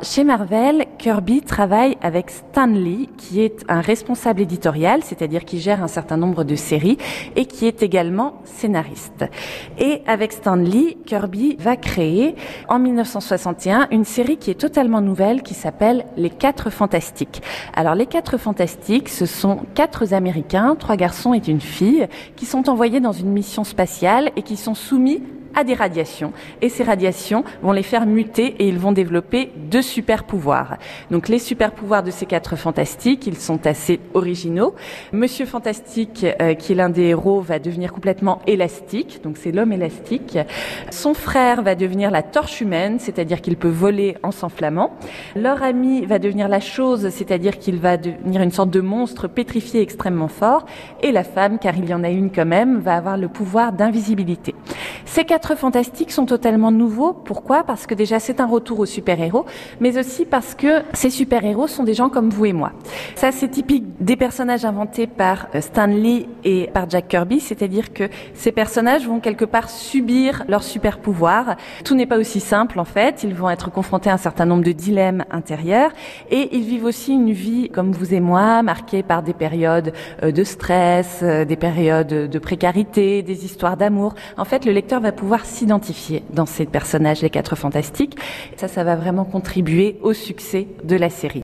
chez Marvel, Kirby travaille avec Stan Lee, qui est un responsable éditorial, c'est-à-dire qui gère un certain nombre de séries et qui est également scénariste. Et avec Stan Lee, Kirby va créer en 1961 une série qui est totalement nouvelle qui s'appelle Les 4 Fantastiques. Alors les 4 Fantastiques, ce sont 4 Américains, 3 garçons et une fille, qui sont envoyés dans une mission spatiale et qui sont soumis à des radiations. Et ces radiations vont les faire muter et ils vont développer 2 super pouvoirs. Donc les super pouvoirs de ces 4 fantastiques, ils sont assez originaux. Monsieur Fantastique, qui est l'un des héros, va devenir complètement élastique. Donc c'est l'homme élastique. Son frère va devenir la torche humaine, c'est-à-dire qu'il peut voler en s'enflammant. Leur ami va devenir la chose, c'est-à-dire qu'il va devenir une sorte de monstre pétrifié extrêmement fort. Et la femme, car il y en a une quand même, va avoir le pouvoir d'invisibilité. Ces 4 fantastiques sont totalement nouveaux. Pourquoi ? Parce que déjà c'est un retour aux super-héros, mais aussi parce que ces super-héros sont des gens comme vous et moi. Ça c'est typique des personnages inventés par Stan Lee et par Jack Kirby, c'est-à-dire que ces personnages vont quelque part subir leurs super-pouvoirs. Tout n'est pas aussi simple en fait, ils vont être confrontés à un certain nombre de dilemmes intérieurs et ils vivent aussi une vie comme vous et moi, marquée par des périodes de stress, des périodes de précarité, des histoires d'amour. En fait, le lecteur va pouvoir s'identifier dans ces personnages, les 4 fantastiques. Ça va vraiment contribuer au succès de la série.